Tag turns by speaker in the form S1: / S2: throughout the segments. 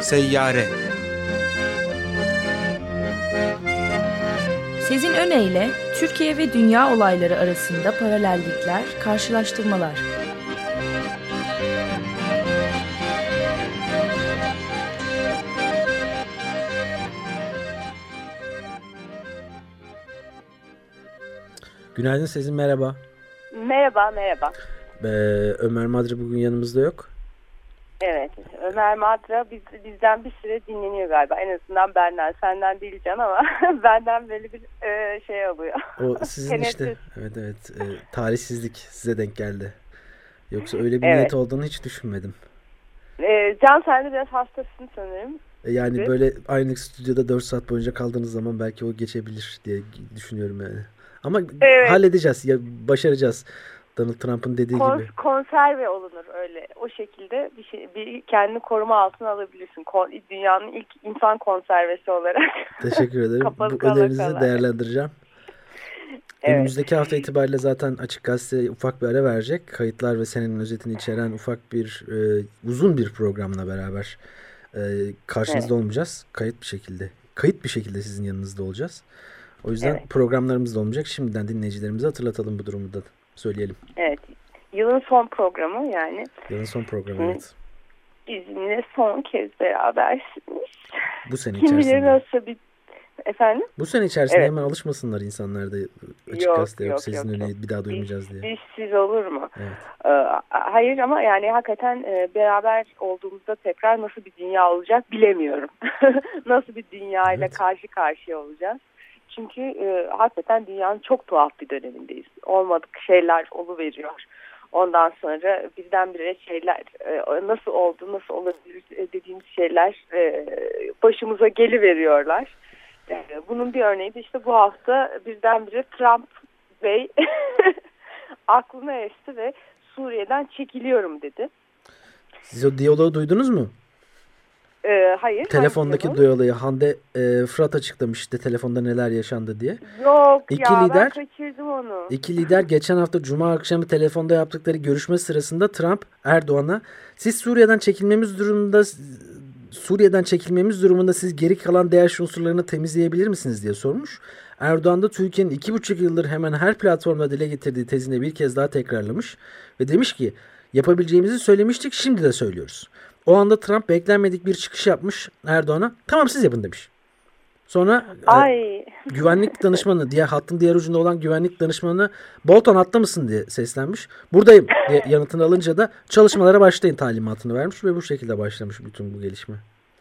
S1: Seyyare.
S2: Sezin Öne Türkiye ve dünya olayları arasında paralellikler, karşılaştırmalar.
S3: Günaydın Sezin, merhaba.
S4: Merhaba.
S3: Ömer Madra bugün yanımızda yok.
S4: Evet, Ömer Madra bizden bir süre dinleniyor galiba. En azından benden, senden değil Can ama benden böyle bir şey oluyor.
S3: O sizin işte, evet, talihsizlik size denk geldi. Yoksa öyle bir
S4: evet.
S3: niyet olduğunu hiç düşünmedim.
S4: Can sen de biraz hastasın sanırım.
S3: Yani evet. Böyle aynı stüdyoda 4 saat boyunca kaldığınız zaman belki o geçebilir diye düşünüyorum yani. Ama evet. Halledeceğiz, ya başaracağız. Donald Trump'ın dediği gibi.
S4: Konserve olunur öyle. O şekilde bir kendini koruma altına alabilirsin. Dünyanın ilk insan konservesi olarak.
S3: Teşekkür ederim. Bu önerinizi değerlendireceğim. Evet. Önümüzdeki hafta itibariyle zaten Açık Gazete ufak bir ara verecek. Kayıtlar ve senenin özetini içeren ufak bir uzun bir programla beraber karşınızda olmayacağız. Kayıt bir şekilde sizin yanınızda olacağız. O yüzden programlarımız da olmayacak. Şimdiden dinleyicilerimize hatırlatalım bu durumu da söyleyelim.
S4: Evet. Yılın son programı yani.
S3: Yılın son programı, evet.
S4: Bizimle son kez berabersiniz.
S3: Bu sene
S4: içerisinde.
S3: Kim bilir
S4: nasıl bir... Efendim?
S3: Bu sene içerisinde hemen alışmasınlar insanlar da Açık Gazete yok. Sezin Öne'yi bir daha duymayacağız diye.
S4: Siz olur mu?
S3: Evet.
S4: Hayır ama yani hakikaten beraber olduğumuzda tekrar nasıl bir dünya olacak bilemiyorum. Nasıl bir dünya ile karşı karşıya olacağız. Çünkü hakikaten dünyanın çok tuhaf bir dönemindeyiz. Olmadık şeyler oluveriyor. Ondan sonra birdenbire şeyler nasıl oldu, nasıl olabilir dediğimiz şeyler başımıza geliveriyorlar. Bunun bir örneği de işte bu hafta birdenbire Trump Bey aklına esti ve Suriye'den çekiliyorum dedi.
S3: Siz o diyaloğu duydunuz mu?
S4: Hayır.
S3: Telefondaki diyaloğu Hande Fırat açıklamıştı telefonda neler yaşandı diye.
S4: Yok ben kaçırdım onu.
S3: İki lider geçen hafta Cuma akşamı telefonda yaptıkları görüşme sırasında Trump Erdoğan'a siz Suriye'den çekilmemiz durumunda siz geri kalan DAEŞ unsurlarını temizleyebilir misiniz diye sormuş. Erdoğan da Türkiye'nin 2,5 yıldır hemen her platformda dile getirdiği tezini bir kez daha tekrarlamış ve demiş ki yapabileceğimizi söylemiştik, şimdi de söylüyoruz. O anda Trump beklenmedik bir çıkış yapmış Erdoğan'a. Tamam siz yapın demiş. Sonra güvenlik danışmanı, hattın diğer ucunda olan güvenlik danışmanı Bolton hatta mısın diye seslenmiş. Buradayım diye yanıtını alınca da çalışmalara başlayın talimatını vermiş ve bu şekilde başlamış bütün bu gelişme.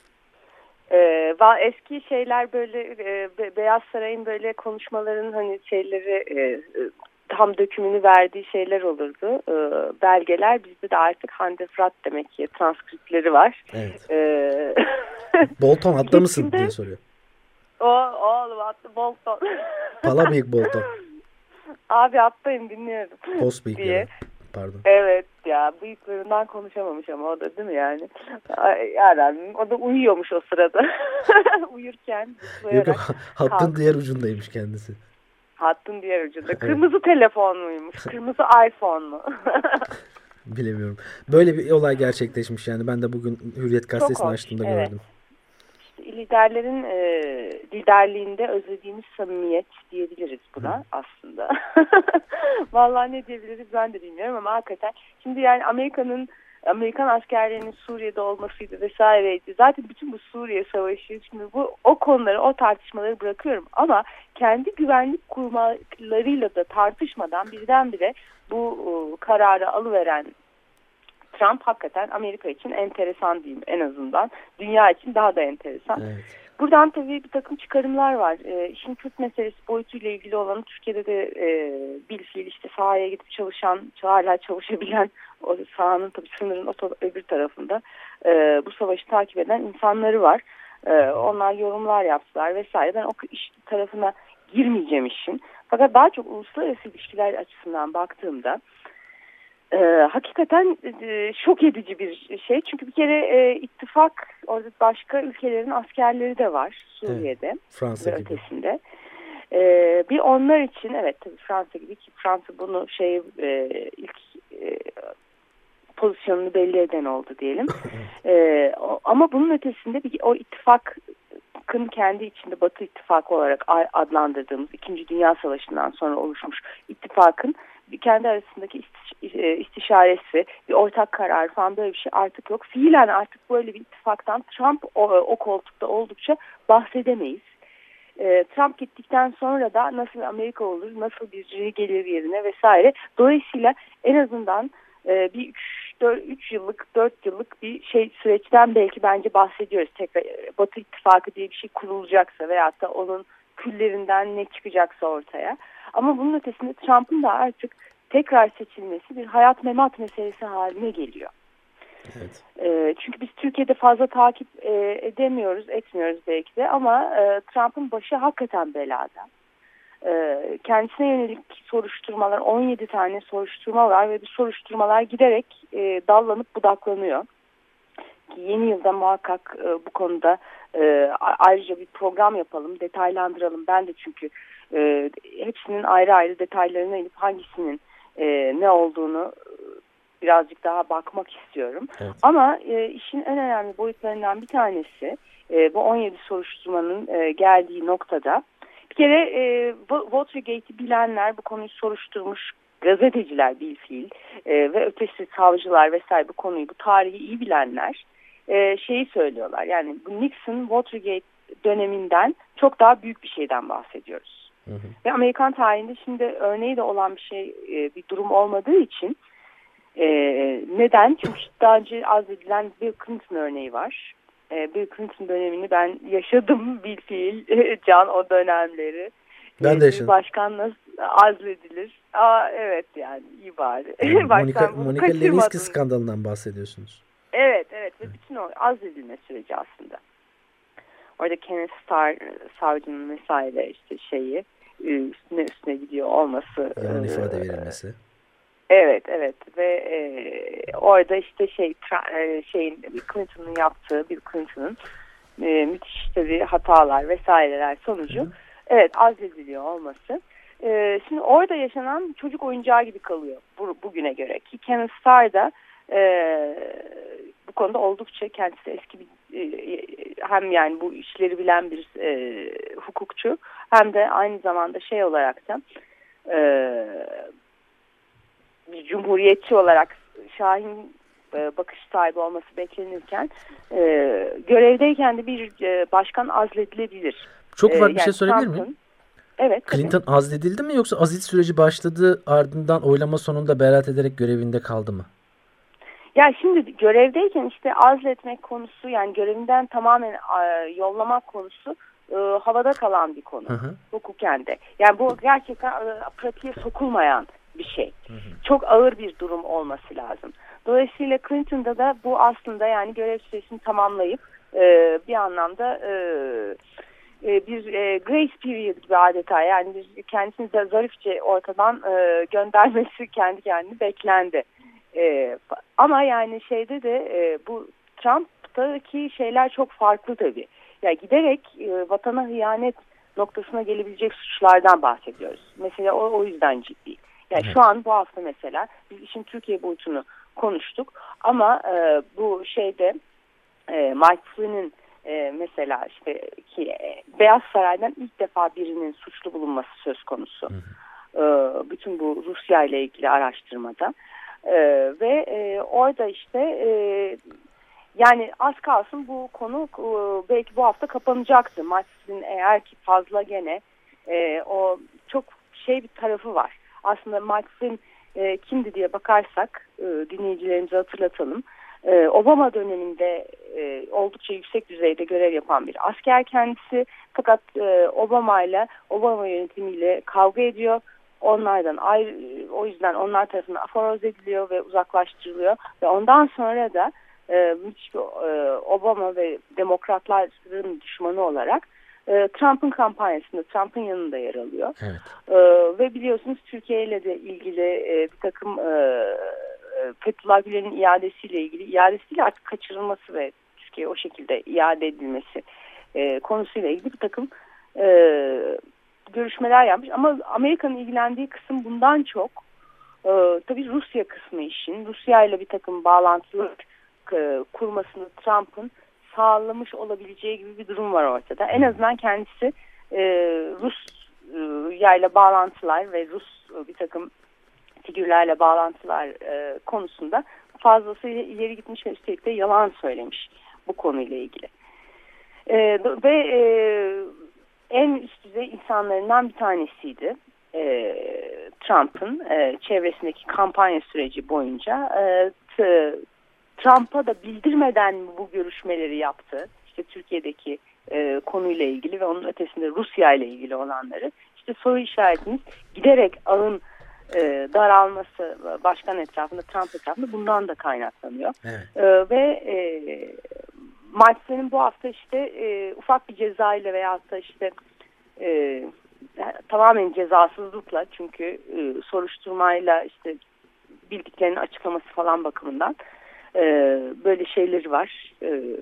S4: Eski şeyler böyle Beyaz Saray'ın böyle konuşmaların hani şeyleri tam dökümünü verdiği şeyler olurdu. Belgeler bizde de artık Hande Fırat demek ki transkriptleri var.
S3: Evet. Bolton hatta mısın diye soruyor.
S4: Oğlum attı Bolton.
S3: Pala bıyık Bolton.
S4: Abi attayım dinliyorum.
S3: Pos bıyık diye. Pardon.
S4: Evet ya bıyıklarından konuşamamış ama o da değil mi yani? Yani o da uyuyormuş o sırada. Uyurken.
S3: Yok hattın diğer ucundaymış kendisi.
S4: Hattın diğer ucunda. Kırmızı telefon muymuş? Kırmızı iPhone mu?
S3: Bilemiyorum. Böyle bir olay gerçekleşmiş yani. Ben de bugün Hürriyet Gazetesi'ni açtığımda gördüm.
S4: İşte liderlerin liderliğinde özlediğimiz samimiyet diyebiliriz buna aslında. Vallahi ne diyebiliriz ben de bilmiyorum ama hakikaten. Şimdi yani Amerikan askerlerinin Suriye'de olmasıydı vesaireydi. Zaten bütün bu Suriye Savaşı, şimdi o konuları, o tartışmaları bırakıyorum. Ama kendi güvenlik kurumlarıyla da tartışmadan birdenbire bu kararı alıveren Trump hakikaten Amerika için enteresan diyeyim en azından. Dünya için daha da enteresan. Evet. Buradan tabii bir takım çıkarımlar var. İşin Kürt meselesi boyutuyla ilgili olanı Türkiye'de de bilfiil işte sahaya gidip hala çalışabilen o sahanın tabii sınırın öbür tarafında bu savaşı takip eden insanları var. Onlar yorumlar yaptılar vesaire. Ben o iş tarafına girmeyeceğim işin. Fakat daha çok uluslararası ilişkiler açısından baktığımda hakikaten şok edici bir şey. Çünkü bir kere ittifak orada başka ülkelerin askerleri de var Suriye'de.
S3: Evet, Fransa
S4: ve
S3: gibi.
S4: Ötesinde. Bir onlar için evet tabii Fransa gibi ki Fransa bunu ilk pozisyonunu belli eden oldu diyelim. Ama bunun ötesinde o ittifakın kendi içinde Batı ittifakı olarak adlandırdığımız 2. Dünya Savaşı'ndan sonra oluşmuş ittifakın kendi arasındaki istişaresi, bir ortak karar falan böyle bir şey artık yok. Fiilen artık böyle bir ittifaktan Trump o koltukta oldukça bahsedemeyiz. Trump gittikten sonra da nasıl Amerika olur, nasıl bir gelir yerine vesaire. Dolayısıyla en azından bir 3 yıllık, 4 yıllık bir süreçten belki bence bahsediyoruz. Tekrar Batı İttifakı diye bir şey kurulacaksa veyahut da onun küllerinden ne çıkacaksa ortaya. Ama bunun ötesinde Trump'ın da artık tekrar seçilmesi bir hayat memat meselesi haline geliyor.
S3: Evet.
S4: Çünkü biz Türkiye'de fazla takip etmiyoruz belki de ama Trump'ın başı hakikaten belada. Kendisine yönelik soruşturmalar, 17 tane soruşturma var ve bu soruşturmalar giderek dallanıp budaklanıyor. Yeni yılda muhakkak bu konuda ayrıca bir program yapalım, detaylandıralım. Ben de çünkü hepsinin ayrı ayrı detaylarına inip hangisinin ne olduğunu birazcık daha bakmak istiyorum. Evet. Ama işin en önemli boyutlarından bir tanesi bu 17 soruşturmanın geldiği noktada bir kere Watergate'i bilenler, bu konuyu soruşturmuş gazeteciler bilfiil ve ötesi savcılar vesaire bu konuyu, bu tarihi iyi bilenler şeyi söylüyorlar. Yani bu Nixon-Watergate döneminden çok daha büyük bir şeyden bahsediyoruz. Hı hı. Ve Amerikan tarihinde şimdi örneği de olan bir durum olmadığı için neden? Çünkü daha önce az edilen Bill Clinton örneği var. Bill Clinton dönemini ben yaşadım bilfiil. Can o dönemleri.
S3: Ben de yaşadım.
S4: Başkan nasıl azledilir? Evet yani iyi bari.
S3: Yani Monica Lewinsky skandalından bahsediyorsunuz.
S4: Evet ve bütün o azledilme süreci aslında. Orada Kenneth Starr savcının vesaire üstüne gidiyor olması.
S3: Yalan ifade verilmesi.
S4: Evet ve orada Clinton'ın yaptığı Bill Clinton'ın müthiş tabii hatalar vesaireler sonucu azlediliyor olması. Şimdi orada yaşanan çocuk oyuncağı gibi kalıyor bugüne göre ki Kenneth Starr da bu konuda oldukça kendisi eski bir hem yani bu işleri bilen bir hukukçu hem de aynı zamanda olarak da bir cumhuriyetçi olarak şahin bakış sahibi olması beklenirken görevdeyken de bir başkan azledilebilir.
S3: Çok ufak bir şey sorabilir miyim?
S4: Evet.
S3: Clinton
S4: tabii.
S3: azledildi mi yoksa azil süreci başladı ardından oylama sonunda beraat ederek görevinde kaldı mı?
S4: Ya şimdi görevdeyken azletmek konusu yani görevinden tamamen yollamak konusu havada kalan bir konu hukuken de. Yani bu gerçekten pratiğe sokulmayan bir şey. Hı hı. Çok ağır bir durum olması lazım. Dolayısıyla Clinton'da da bu aslında yani görev süresini tamamlayıp bir anlamda bir grace period gibi adeta yani kendisini de zarifçe ortadan göndermesi kendi kendini beklendi. Ama yani bu Trump'taki şeyler çok farklı tabii. Yani giderek vatana hıyanet noktasına gelebilecek suçlardan bahsediyoruz. Mesela o yüzden ciddi. Yani şu an bu hafta mesela biz işin Türkiye boyutunu konuştuk ama bu Mike Flynn'in mesela ki Beyaz Saray'dan ilk defa birinin suçlu bulunması söz konusu. Bütün bu Rusya ile ilgili araştırmada. Ve orada yani az kalsın bu konu belki bu hafta kapanacaktı. Max'in eğer ki fazla gene o çok bir tarafı var. Aslında Max'in kimdi diye bakarsak dinleyicilerimize hatırlatalım. Obama döneminde oldukça yüksek düzeyde görev yapan bir asker kendisi. Fakat Obama yönetimiyle kavga ediyor. Onlardan o yüzden onlar tarafından aforoz ediliyor ve uzaklaştırılıyor ve ondan sonra da Obama ve demokratların düşmanı olarak Trump'ın kampanyasında Trump'ın yanında yer alıyor. Evet. Ve biliyorsunuz Türkiye ile de ilgili bir takım Fethullah Gülen'in iadesiyle artık kaçırılması ve Türkiye'ye o şekilde iade edilmesi konusuyla ilgili bir takım görüşmeler yapmış. Ama Amerika'nın ilgilendiği kısım bundan çok tabii Rusya kısmı işin, Rusya ile bir takım bağlantılar kurmasını Trump'ın sağlamış olabileceği gibi bir durum var ortada. En azından kendisi Rusya ile bağlantılar ve Rus bir takım figürlerle bağlantılar konusunda fazlasıyla ileri gitmiş ve üstelik de yalan söylemiş bu konuyla ilgili. Ve en üst düzey insanlarından bir tanesiydi Trump'ın çevresindeki kampanya süreci boyunca. Trump'a da bildirmeden bu görüşmeleri yaptı. İşte Türkiye'deki konuyla ilgili ve onun ötesinde Rusya ile ilgili olanları. İşte soru işaretimiz giderek ağın daralması başkan etrafında, Trump etrafında bundan da kaynaklanıyor. Evet. Ve Mike Flynn'in bu hafta işte ufak bir ceza ile veyahut da işte tamamen cezasızlıkla, çünkü soruşturmayla işte bildiklerini açıklaması falan bakımından böyle şeyleri var.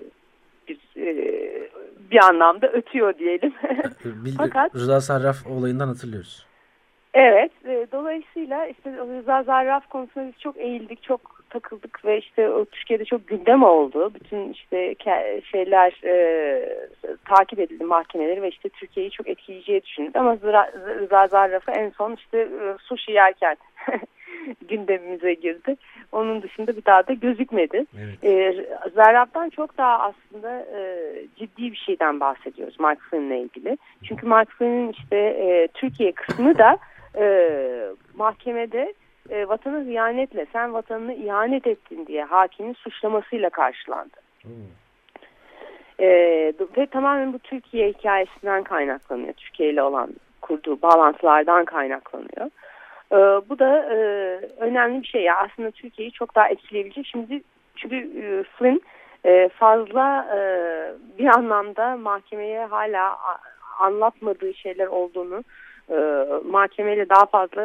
S4: Bir anlamda ötüyor diyelim.
S3: Fakat Rıza Sarraf olayından hatırlıyoruz.
S4: Evet. Dolayısıyla işte Rıza Sarraf konusunda biz çok eğildik, çok takıldık ve işte o Türkiye'de çok gündem oldu. Bütün işte şeyler takip edildi, mahkemeleri, ve işte Türkiye'yi çok etkileyeceği düşünüldü. Ama Rıza Sarraf'ı en son işte sushi yerken gündemimize girdi. Onun dışında bir daha da gözükmedi. Evet. Zarrab'dan çok daha aslında ciddi bir şeyden bahsediyoruz Mike Flynn'le ilgili. Çünkü Mike Flynn'in işte Türkiye kısmı da mahkemede vatana hıyanetle, sen vatanını ihanet ettin diye hakimin suçlamasıyla karşılandı. Ve tamamen bu Türkiye hikayesinden kaynaklanıyor. Türkiye ile olan kurduğu bağlantılardan kaynaklanıyor. Bu da önemli bir şey. Yani aslında Türkiye'yi çok daha etkileyebilecek. Şimdi çünkü Flynn fazla bir anlamda mahkemeye hala anlatmadığı şeyler olduğunu, mahkemeyle daha fazla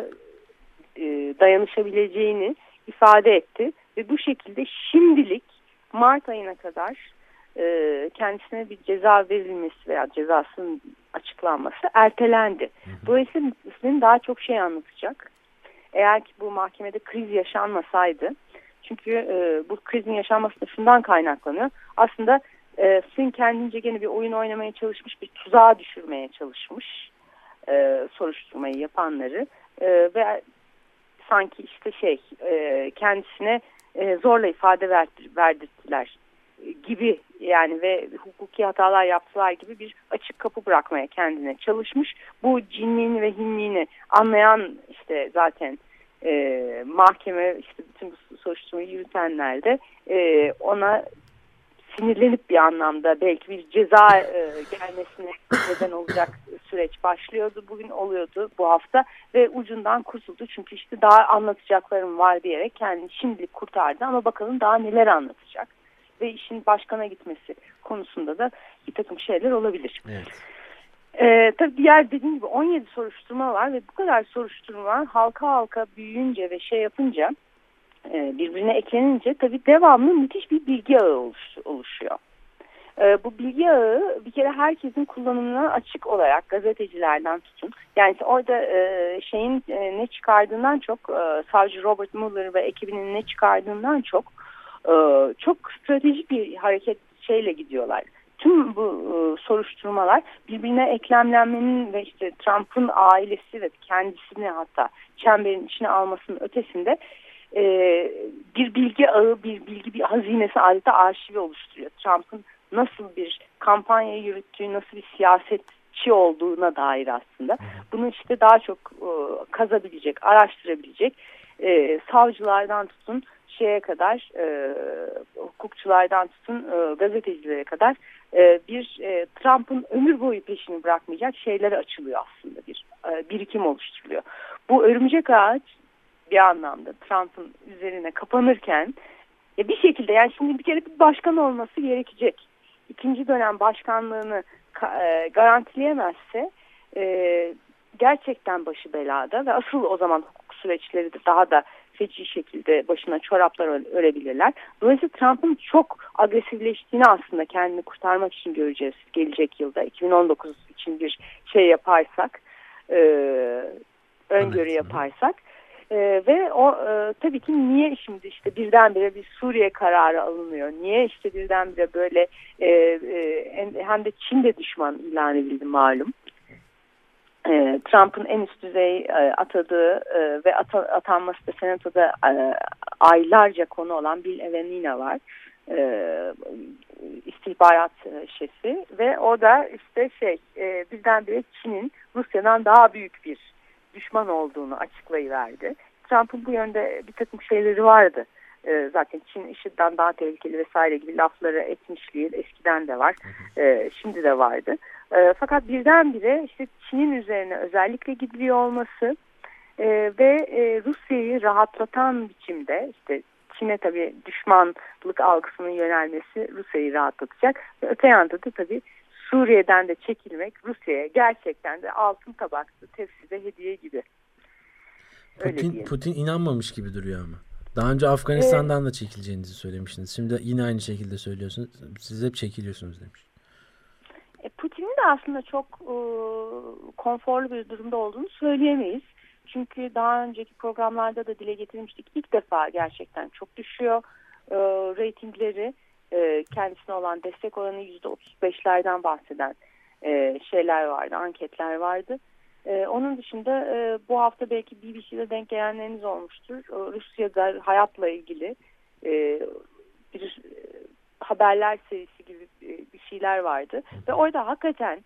S4: dayanışabileceğini ifade etti. Ve bu şekilde şimdilik Mart ayına kadar kendisine bir ceza verilmesi veya cezasının açıklanması ertelendi. Dolayısıyla Flynn daha çok şey anlatacak. Eğer ki bu mahkemede kriz yaşanmasaydı, çünkü bu krizin yaşanması da şundan kaynaklanıyor. Aslında Flynn kendince gene bir oyun oynamaya çalışmış, bir tuzağa düşürmeye çalışmış soruşturmayı yapanları ve sanki işte kendisine zorla ifade verdirttiler gibi, yani ve hukuki hatalar yaptılar gibi bir açık kapı bırakmaya kendine çalışmış. Bu cinliğini ve hinliğini anlayan işte zaten mahkeme, işte bütün bu soruşturmayı yürütenler de ona sinirlenip bir anlamda belki bir ceza gelmesine neden olacak süreç başlıyordu. Bugün oluyordu, bu hafta, ve ucundan kurtuldu. Çünkü işte daha anlatacaklarım var diyerek kendini şimdilik kurtardı, ama bakalım daha neler anlatacak. Ve işin başkana gitmesi konusunda da bir takım şeyler olabilir. Evet. Tabii diğer dediğim gibi 17 soruşturma var ve bu kadar soruşturma halka halka büyüyünce ve yapınca birbirine eklenince tabii devamlı müthiş bir bilgi ağı oluşuyor. Bu bilgi ağı bir kere herkesin kullanımına açık olarak, gazetecilerden tutun. Yani orada ne çıkardığından çok, savcı Robert Mueller ve ekibinin ne çıkardığından çok stratejik bir hareket gidiyorlar. Tüm bu soruşturmalar birbirine eklemlenmenin ve işte Trump'ın ailesi ve kendisini hatta çemberin içine almasının ötesinde bir bilgi ağı, bir hazinesi, adeta arşivi oluşturuyor. Trump'ın nasıl bir kampanya yürüttüğü, nasıl bir siyasetçi olduğuna dair aslında. Bunu işte daha çok kazabilecek, araştırabilecek savcılardan tutun kadar, hukukçulardan tutun gazetecilere kadar bir Trump'ın ömür boyu peşini bırakmayacak şeylere açılıyor aslında, bir birikim oluşturuluyor. Bu örümcek ağaç bir anlamda Trump'ın üzerine kapanırken bir şekilde, yani şimdi bir kere bir başkan olması gerekecek. İkinci dönem başkanlığını garantileyemezse gerçekten başı belada ve asıl o zaman hukuk süreçleri de daha da feci şekilde başına çoraplar örebilirler. Dolayısıyla Trump'ın çok agresifleştiğini aslında kendini kurtarmak için göreceğiz gelecek yılda. 2019 için bir yaparsak, öngörü yaparsak. Ve o tabii ki niye şimdi işte birdenbire bir Suriye kararı alınıyor? Niye işte birdenbire böyle hem de Çin de düşman ilan edildi malum. Trump'ın en üst düzey atadığı ve atanması da senatoda aylarca konu olan Bill Evanina var. İstihbarat şefi ve o da işte birdenbire Çin'in Rusya'dan daha büyük bir düşman olduğunu açıklayıverdi. Trump'ın bu yönde bir takım şeyleri vardı. Zaten Çin IŞİD'den daha tehlikeli vesaire gibi lafları etmişliği eskiden de var. Şimdi de vardı. Fakat birdenbire işte Çin'in üzerine özellikle gidiliyor olması ve Rusya'yı rahatlatan biçimde işte Çin'e tabii düşmanlık algısının yönelmesi Rusya'yı rahatlatacak. Ve öte yanda da tabii Suriye'den de çekilmek Rusya'ya gerçekten de altın tabaklı tepside hediye gibi.
S3: Putin inanmamış gibi duruyor ama. Daha önce Afganistan'dan da çekileceğinizi söylemiştiniz. Şimdi yine aynı şekilde söylüyorsunuz. Siz hep çekiliyorsunuz demiş.
S4: Putin'in de aslında çok konforlu bir durumda olduğunu söyleyemeyiz. Çünkü daha önceki programlarda da dile getirmiştik. İlk defa gerçekten çok düşüyor reytingleri. Kendisine olan destek oranı %35'lerden bahseden şeyler vardı, anketler vardı. Onun dışında bu hafta belki BBC'de denk gelenleriniz olmuştur. Rusya'da hayatla ilgili bir haberler serisi gibi bir şeyler vardı. Ve orada hakikaten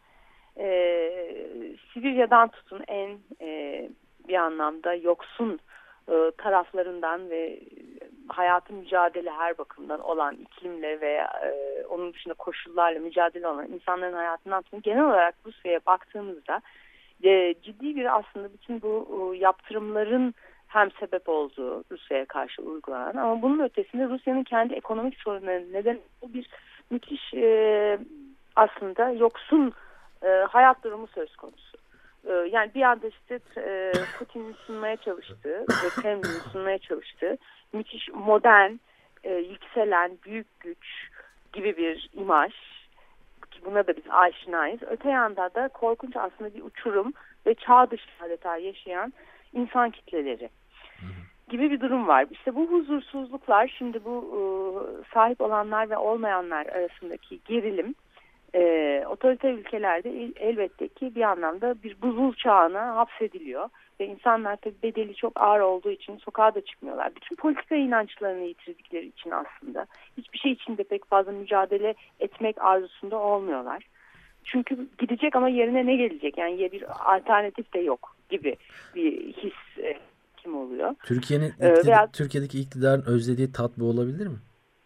S4: Sibirya'dan tutun en bir anlamda yoksun taraflarından ve hayatın mücadele her bakımdan olan iklimle ve onun dışında koşullarla mücadele olan insanların hayatından tutun genel olarak Rusya'ya baktığımızda ciddi bir aslında bütün bu yaptırımların hem sebep olduğu Rusya'ya karşı uygulanan ama bunun ötesinde Rusya'nın kendi ekonomik sorunları neden bir müthiş aslında yoksun hayat durumu söz konusu. Yani bir anda işte Putin'in sunmaya çalıştığı ve Kremlin'in sunmaya çalıştığı müthiş modern, yükselen, büyük güç gibi bir imaj ki buna da biz aşinayız. Öte yanda da korkunç aslında bir uçurum ve çağ dışı adeta yaşayan insan kitleleri gibi bir durum var. İşte bu huzursuzluklar şimdi bu sahip olanlar ve olmayanlar arasındaki gerilim otoriter ülkelerde elbette ki bir anlamda bir buzul çağına hapsediliyor. Ve insanlar tabii bedeli çok ağır olduğu için sokağa da çıkmıyorlar. Bütün politika inançlarını yitirdikleri için aslında hiçbir şey için de pek fazla mücadele etmek arzusunda olmuyorlar. Çünkü gidecek ama yerine ne gelecek? Yani bir alternatif de yok gibi bir his kim oluyor?
S3: Türkiye'deki iktidarın özlediği tat bu olabilir mi?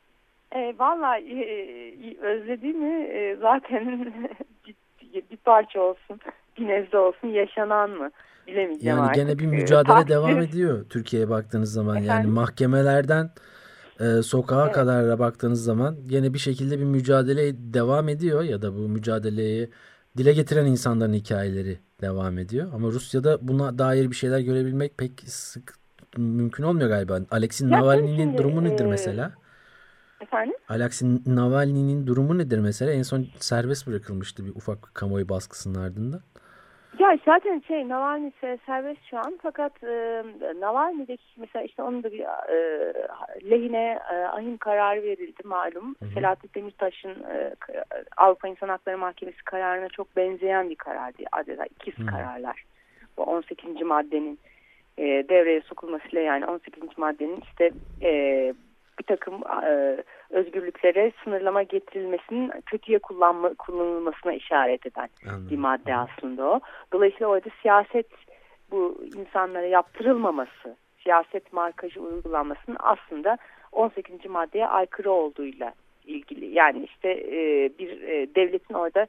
S4: Vallahi özlediğimi zaten bir parça olsun, bir nebze olsun yaşanan mı bilemeyeceğim
S3: yani
S4: artık.
S3: Yani gene bir mücadele devam ediyor Türkiye'ye baktığınız zaman.
S4: Efendim?
S3: Yani mahkemelerden sokağa kadar baktığınız zaman gene bir şekilde bir mücadele devam ediyor ya da bu mücadeleyi dile getiren insanların hikayeleri devam ediyor. Ama Rusya'da buna dair bir şeyler görebilmek pek sık mümkün olmuyor galiba. Alexei Navalny'nin durumu nedir mesela?
S4: Efendim?
S3: Alexei Navalny'nin durumu nedir mesela? En son serbest bırakılmıştı bir ufak kamuoyu baskısının ardından.
S4: Ya zaten Navalny serbest şu an fakat Navalny'deki mesela işte onun da bir lehine ahim kararı verildi malum. Selahattin Demirtaş'ın Avrupa İnsan Hakları Mahkemesi kararına çok benzeyen bir karardı. Adeta ikiz kararlar. Bu 18. maddenin devreye sokulmasıyla yani 18. maddenin işte bir takım özgürlüklere sınırlama getirilmesinin kötüye kullanılmasına işaret eden bir madde aslında o. Dolayısıyla orada siyaset bu insanlara yaptırılmaması, siyaset markajı uygulanmasının aslında 18. maddeye aykırı olduğuyla ilgili. Yani işte bir devletin orada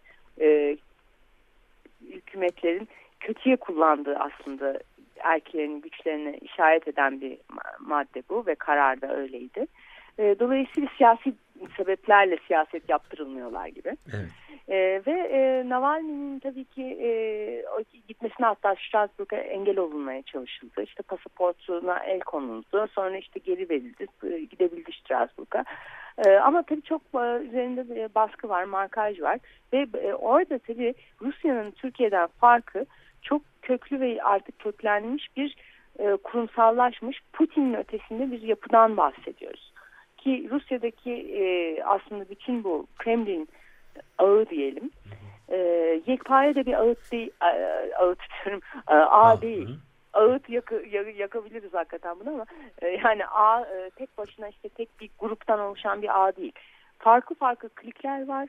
S4: hükümetlerin kötüye kullandığı aslında erklerin güçlerine işaret eden bir madde bu ve karar da öyleydi. Dolayısıyla siyasi sebeplerle siyaset yaptırılmıyorlar gibi.
S3: Evet.
S4: Ve Navalny'nin tabii ki gitmesine hatta Strasbourg'a engel olunmaya çalışıldı. İşte pasaportuna el konuldu. Sonra işte geri verildi. Gidebildi Strasbourg'a. Ama tabii çok üzerinde bir baskı var, markaj var. Ve orada tabii Rusya'nın Türkiye'den farkı çok köklü ve artık köklenmiş bir kurumsallaşmış Putin'in ötesinde bir yapıdan bahsediyoruz. Ki Rusya'daki aslında bütün bu Kremlin ağı diyelim, yekpare de bir ağıt değil, ağ değil. Ağıt yakabiliriz hakikaten bunu ama yani ağ tek başına işte tek bir gruptan oluşan bir ağ değil. Farklı farklı klikler var.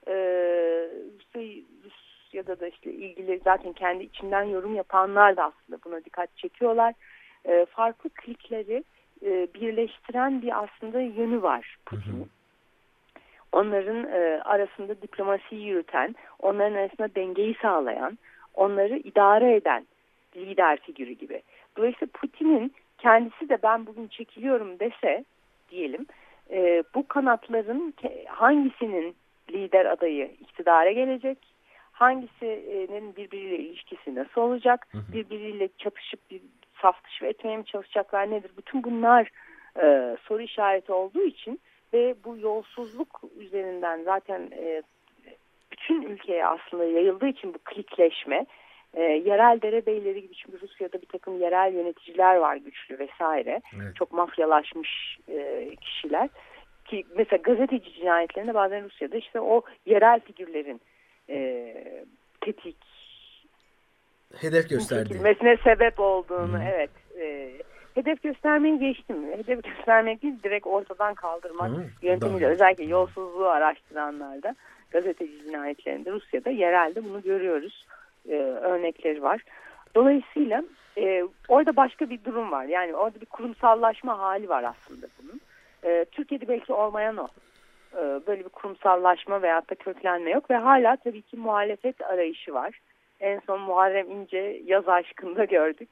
S4: Rusya'da da işte ilgili zaten kendi içinden yorum yapanlar da aslında buna dikkat çekiyorlar. Farklı klikleri birleştiren bir aslında yönü var Putin'in. Onların arasında diplomasiyi yürüten, onların arasında dengeyi sağlayan, onları idare eden lider figürü gibi. Dolayısıyla Putin'in kendisi de ben bugün çekiliyorum dese diyelim, bu kanatların hangisinin lider adayı iktidara gelecek, hangisinin birbiriyle ilişkisi nasıl olacak, birbiriyle çatışıp bir saf dışı etmeye mi çalışacaklar nedir? Bütün bunlar soru işareti olduğu için ve bu yolsuzluk üzerinden zaten bütün ülkeye aslında yayıldığı için bu klikleşme, yerel derebeyleri gibi, çünkü Rusya'da bir takım yerel yöneticiler var güçlü vesaire, evet. Çok mafyalaşmış kişiler ki mesela gazeteci cinayetlerinde bazen Rusya'da işte o yerel figürlerin
S3: hedef gösterdiği
S4: sebep olduğunu evet hedef göstermeyi geçtim. Hedef göstermek değil, direkt ortadan kaldırmak yöntemiyle özellikle yolsuzluğu araştıranlarda gazeteci cinayetlerinde Rusya'da yerelde bunu görüyoruz. Örnekleri var. Dolayısıyla orada başka bir durum var. Yani orada bir kurumsallaşma hali var aslında bunun. Türkiye'de belki olmayan o. Böyle bir kurumsallaşma veyahut da köklenme yok ve hala tabii ki muhalefet arayışı var. En son Muharrem İnce yaz aşkında gördük.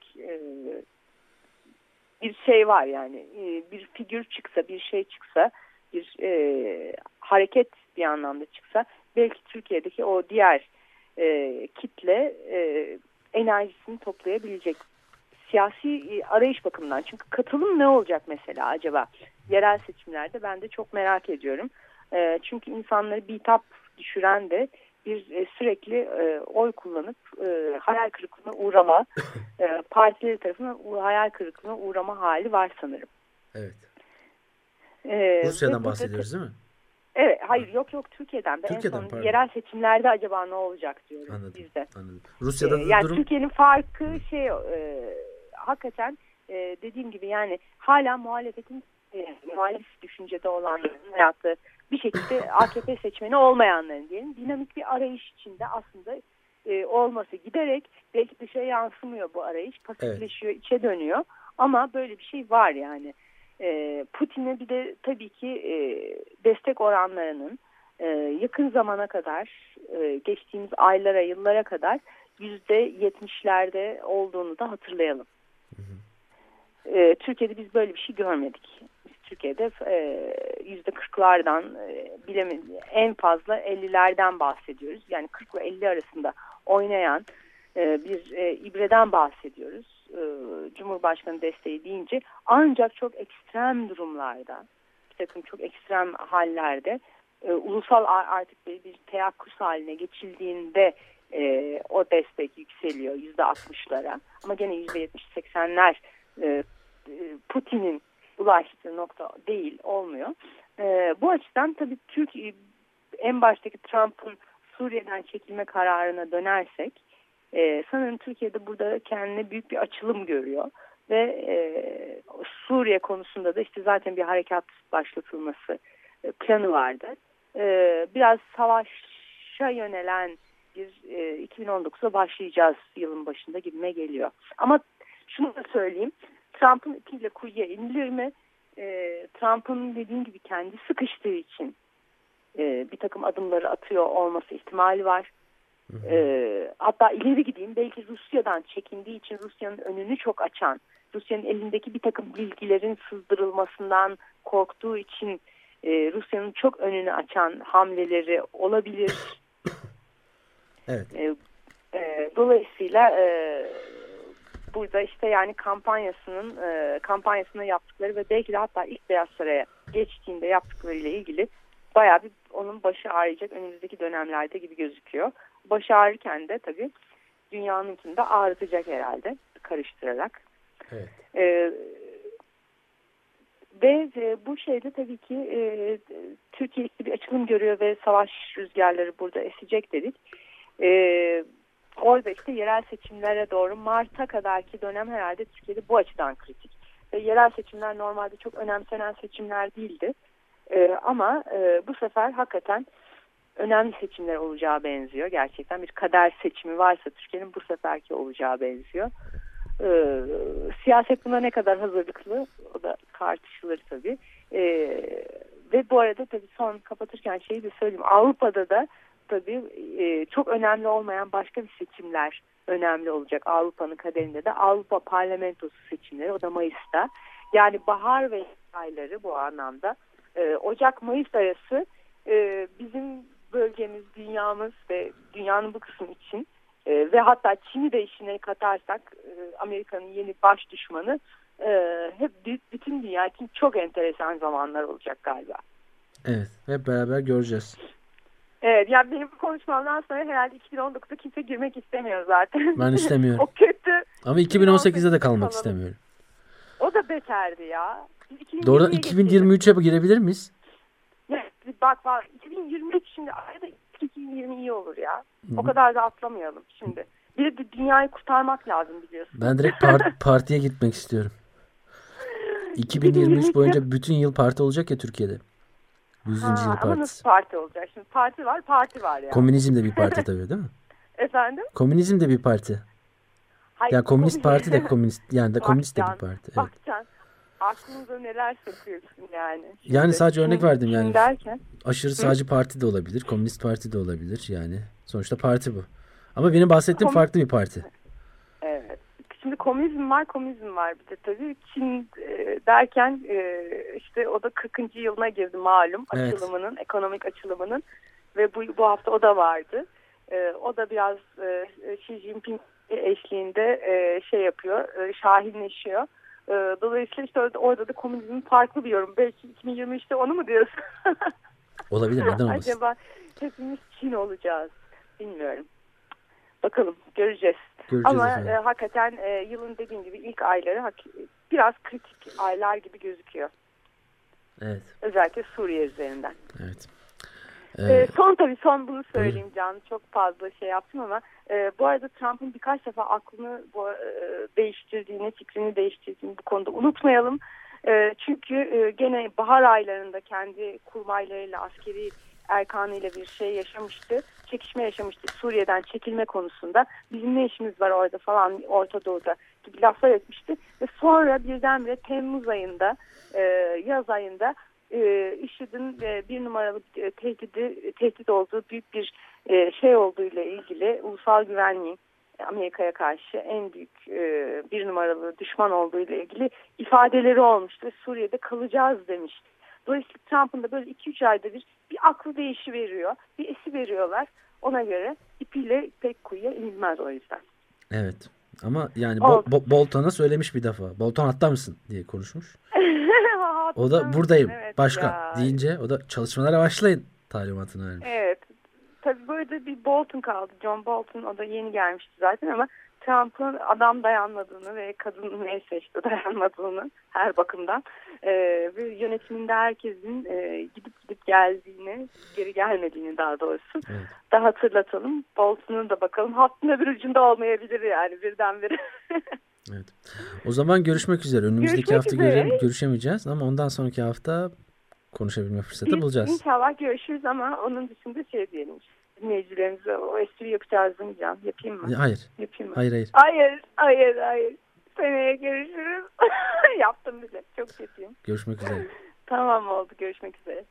S4: Bir şey var yani. Bir figür çıksa, bir şey çıksa, bir hareket bir anlamda çıksa belki Türkiye'deki o diğer kitle enerjisini toplayabilecek siyasi arayış bakımından. Çünkü katılım ne olacak mesela acaba? Yerel seçimlerde ben de çok merak ediyorum. Çünkü insanları bitap düşüren de bir sürekli oy kullanıp hayal kırıklığına uğrama, partileri tarafından hayal kırıklığına uğrama hali var sanırım.
S3: Evet. Rusya'dan bahsediyoruz değil mi?
S4: Evet, hayır yok Türkiye'den. En son yerel seçimlerde acaba ne olacak diyorum.
S3: Anladım,
S4: bizde.
S3: Anladım. Rusya'da
S4: yani
S3: durum...
S4: Türkiye'nin farkı hakikaten dediğim gibi yani hala muhalefetin muhalif düşüncede olanların veyahut da bir şekilde AKP seçmeni olmayanların diyelim dinamik bir arayış içinde aslında olması giderek belki dışarı yansımıyor bu arayış. Pasifleşiyor, evet. İçe dönüyor. Ama böyle bir şey var yani. Putin'e bir de tabii ki destek oranlarının yakın zamana kadar geçtiğimiz aylara, yıllara kadar %70'lerde olduğunu da hatırlayalım. Türkiye'de biz böyle bir şey görmedik. Biz Türkiye'de %40'lardan en fazla 50'lerden bahsediyoruz. Yani 40 ve 50 arasında oynayan bir ibreden bahsediyoruz. Cumhurbaşkanı desteği deyince ancak çok ekstrem durumlarda, bir takım çok ekstrem hallerde ulusal artık bir teyakkuz haline geçildiğinde o destek yükseliyor %60'lara. Ama gene %70-80'ler Putin'in ulaştığı nokta değil, olmuyor. Bu açıdan tabii Türkiye en baştaki Trump'ın Suriye'den çekilme kararına dönersek sanırım Türkiye'de burada kendine büyük bir açılım görüyor ve Suriye konusunda da işte zaten bir harekat başlatılması planı vardı. Biraz savaşa yönelen bir 2019'a başlayacağız yılın başında gibime geliyor. Ama şunu da söyleyeyim, Trump'ın ipiyle kuyuya inilir mi? Trump'ın dediğim gibi kendi sıkıştığı için bir takım adımları atıyor olması ihtimali var. Hatta ileri gideyim, belki Rusya'dan çekindiği için Rusya'nın önünü çok açan, Rusya'nın elindeki bir takım bilgilerin sızdırılmasından korktuğu için Rusya'nın çok önünü açan hamleleri olabilir.
S3: Evet.
S4: Dolayısıyla burada işte yani kampanyasına yaptıkları ve belki de hatta ilk Beyaz Saray'a geçtiğinde yaptıkları ile ilgili bayağı bir onun başı ağrıyacak önümüzdeki dönemlerde gibi gözüküyor. Başı ağrırken de tabii dünyanınkini de ağrıtacak herhalde karıştırarak.
S3: Evet.
S4: Ve bu şeyde tabii ki Türkiye bir açılım görüyor ve savaş rüzgarları burada esecek dedik. Orada işte yerel seçimlere doğru Mart'a kadarki dönem herhalde Türkiye'de bu açıdan kritik. Ve yerel seçimler normalde çok önemsenen seçimler değildi. Ama bu sefer hakikaten önemli seçimler olacağı benziyor. Gerçekten bir kader seçimi varsa Türkiye'nin bu seferki olacağı benziyor. Siyaset buna ne kadar hazırlıklı o da tartışılır tabii. Ve bu arada tabii son kapatırken şeyi de söyleyeyim. Avrupa'da da tabii çok önemli olmayan başka bir seçimler önemli olacak. Avrupa'nın kaderinde de Avrupa Parlamentosu seçimleri, o da Mayıs'ta. Yani bahar ve ayları bu anlamda Ocak-Mayıs arası bizim bölgemiz, dünyamız ve dünyanın bu kısmı için ve hatta Çin'i de işine katarsak Amerika'nın yeni baş düşmanı hep bütün dünya için çok enteresan zamanlar olacak galiba.
S3: Evet, hep beraber göreceğiz.
S4: Evet, yani benim bu konuşmamdan sonra herhalde 2019'da kimse girmek istemiyor zaten.
S3: Ben istemiyorum.
S4: O kötü.
S3: Ama 2018'de de kalmak istemiyorum.
S4: O da beterdi ya.
S3: Doğrudan 2023'e girebilir miyiz?
S4: Evet, bak 2023 şimdi arada 2020 iyi olur ya. O kadar da atlamayalım şimdi. Bir de dünyayı kurtarmak lazım biliyorsun.
S3: Ben direkt partiye gitmek istiyorum. 2023 boyunca bütün yıl parti olacak ya Türkiye'de. 100. yıl partisi.
S4: Ama nasıl parti olacak? Şimdi parti var yani.
S3: Komünizm de bir parti tabii değil mi?
S4: Efendim?
S3: Komünizm de bir parti.
S4: Hayır,
S3: yani komünist parti de komünist. Yani de komünist de bir parti. Evet.
S4: Bakcan, aklınıza neler sokuyorsun yani. Şimdi,
S3: yani sadece örnek verdim yani.
S4: Derken,
S3: aşırı sağcı parti de olabilir. Komünist parti de olabilir yani. Sonuçta parti bu. Ama benim bahsettiğim farklı bir parti.
S4: Evet. Şimdi komünizm var bir de tabii. Çin derken işte o da 40. yılına girdi malum açılımının, ekonomik açılımının ve bu hafta o da vardı. O da biraz Xi Jinping eşliğinde şey yapıyor, şahinleşiyor. Dolayısıyla işte orada da komünizmin farklı bir yorum. Belki 2023'te onu mu diyorsun?
S3: Olabilir, neden olmasın?
S4: Acaba hepimiz Çin olacağız. Bilmiyorum. Bakalım, göreceğiz ama hakikaten yılın dediğim gibi ilk ayları biraz kritik aylar gibi gözüküyor.
S3: Evet.
S4: Özellikle Suriye üzerinden.
S3: Evet.
S4: Son bunu söyleyeyim Can. Çok fazla şey yaptım ama bu arada Trump'ın birkaç defa aklını değiştirdiğini, fikrini değiştirdiğini bu konuda unutmayalım. Çünkü gene bahar aylarında kendi kurmaylarıyla, askeri erkanıyla bir şey yaşamıştı. Çekişme yaşamıştı Suriye'den çekilme konusunda. Bizim ne işimiz var orada falan, Orta Doğu'da gibi laflar etmişti. Ve sonra birdenbire Temmuz ayında, yaz ayında IŞİD'in bir numaralı tehdit olduğu büyük bir şey olduğuyla ilgili ulusal güvenliğin Amerika'ya karşı en büyük bir numaralı düşman olduğuyla ilgili ifadeleri olmuştu. Suriye'de kalacağız demiş. Dolayısıyla Trump'ın da böyle 2-3 ayda bir aklı değişiveriyor. Bir esi veriyorlar. Ona göre ipiyle pek kuyuya inilmez o yüzden.
S3: Evet. Ama yani Bolton'a söylemiş bir defa. Bolton hatta mısın diye konuşmuş. O da buradayım. Evet, başka deyince o da çalışmalara başlayın talimatını vermiş.
S4: Evet. Tabii böyle bir Bolton kaldı. John Bolton, o da yeni gelmişti zaten ama Trump'ın adam dayanmadığını ve kadın neyse işte dayanmadığını her bakımdan ve yönetiminde herkesin gidip geldiğini, geri gelmediğini daha doğrusu da hatırlatalım. Bolton'un da bakalım hattın öbür ucunda olmayabilir yani birdenbire.
S3: Evet. O zaman görüşmek üzere. Önümüzdeki hafta görüşemeyeceğiz ama ondan sonraki hafta konuşabilme fırsatı bulacağız.
S4: İnşallah görüşürüz ama onun dışında şey diyelim. Dinleyicilerimize o espri yapacağız diyeceğim. Yapayım mı?
S3: Hayır.
S4: Yapayım mı?
S3: Hayır.
S4: Seneye görüşürüz. Yaptım bile. Çok kötüyüm.
S3: Görüşmek üzere.
S4: Tamam oldu. Görüşmek üzere.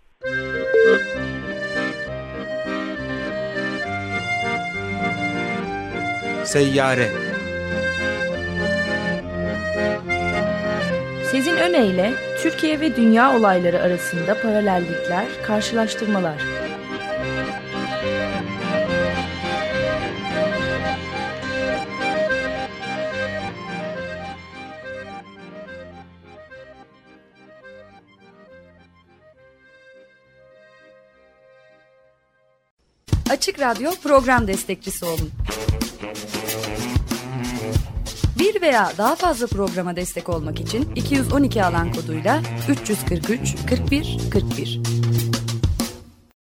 S1: Seyyare.
S2: Sezin Öne Türkiye ve dünya olayları arasında paralellikler, karşılaştırmalar.
S5: Açık Radyo program destekçisi olun. Bir veya daha fazla programa destek olmak için 212 alan koduyla 343 41 41.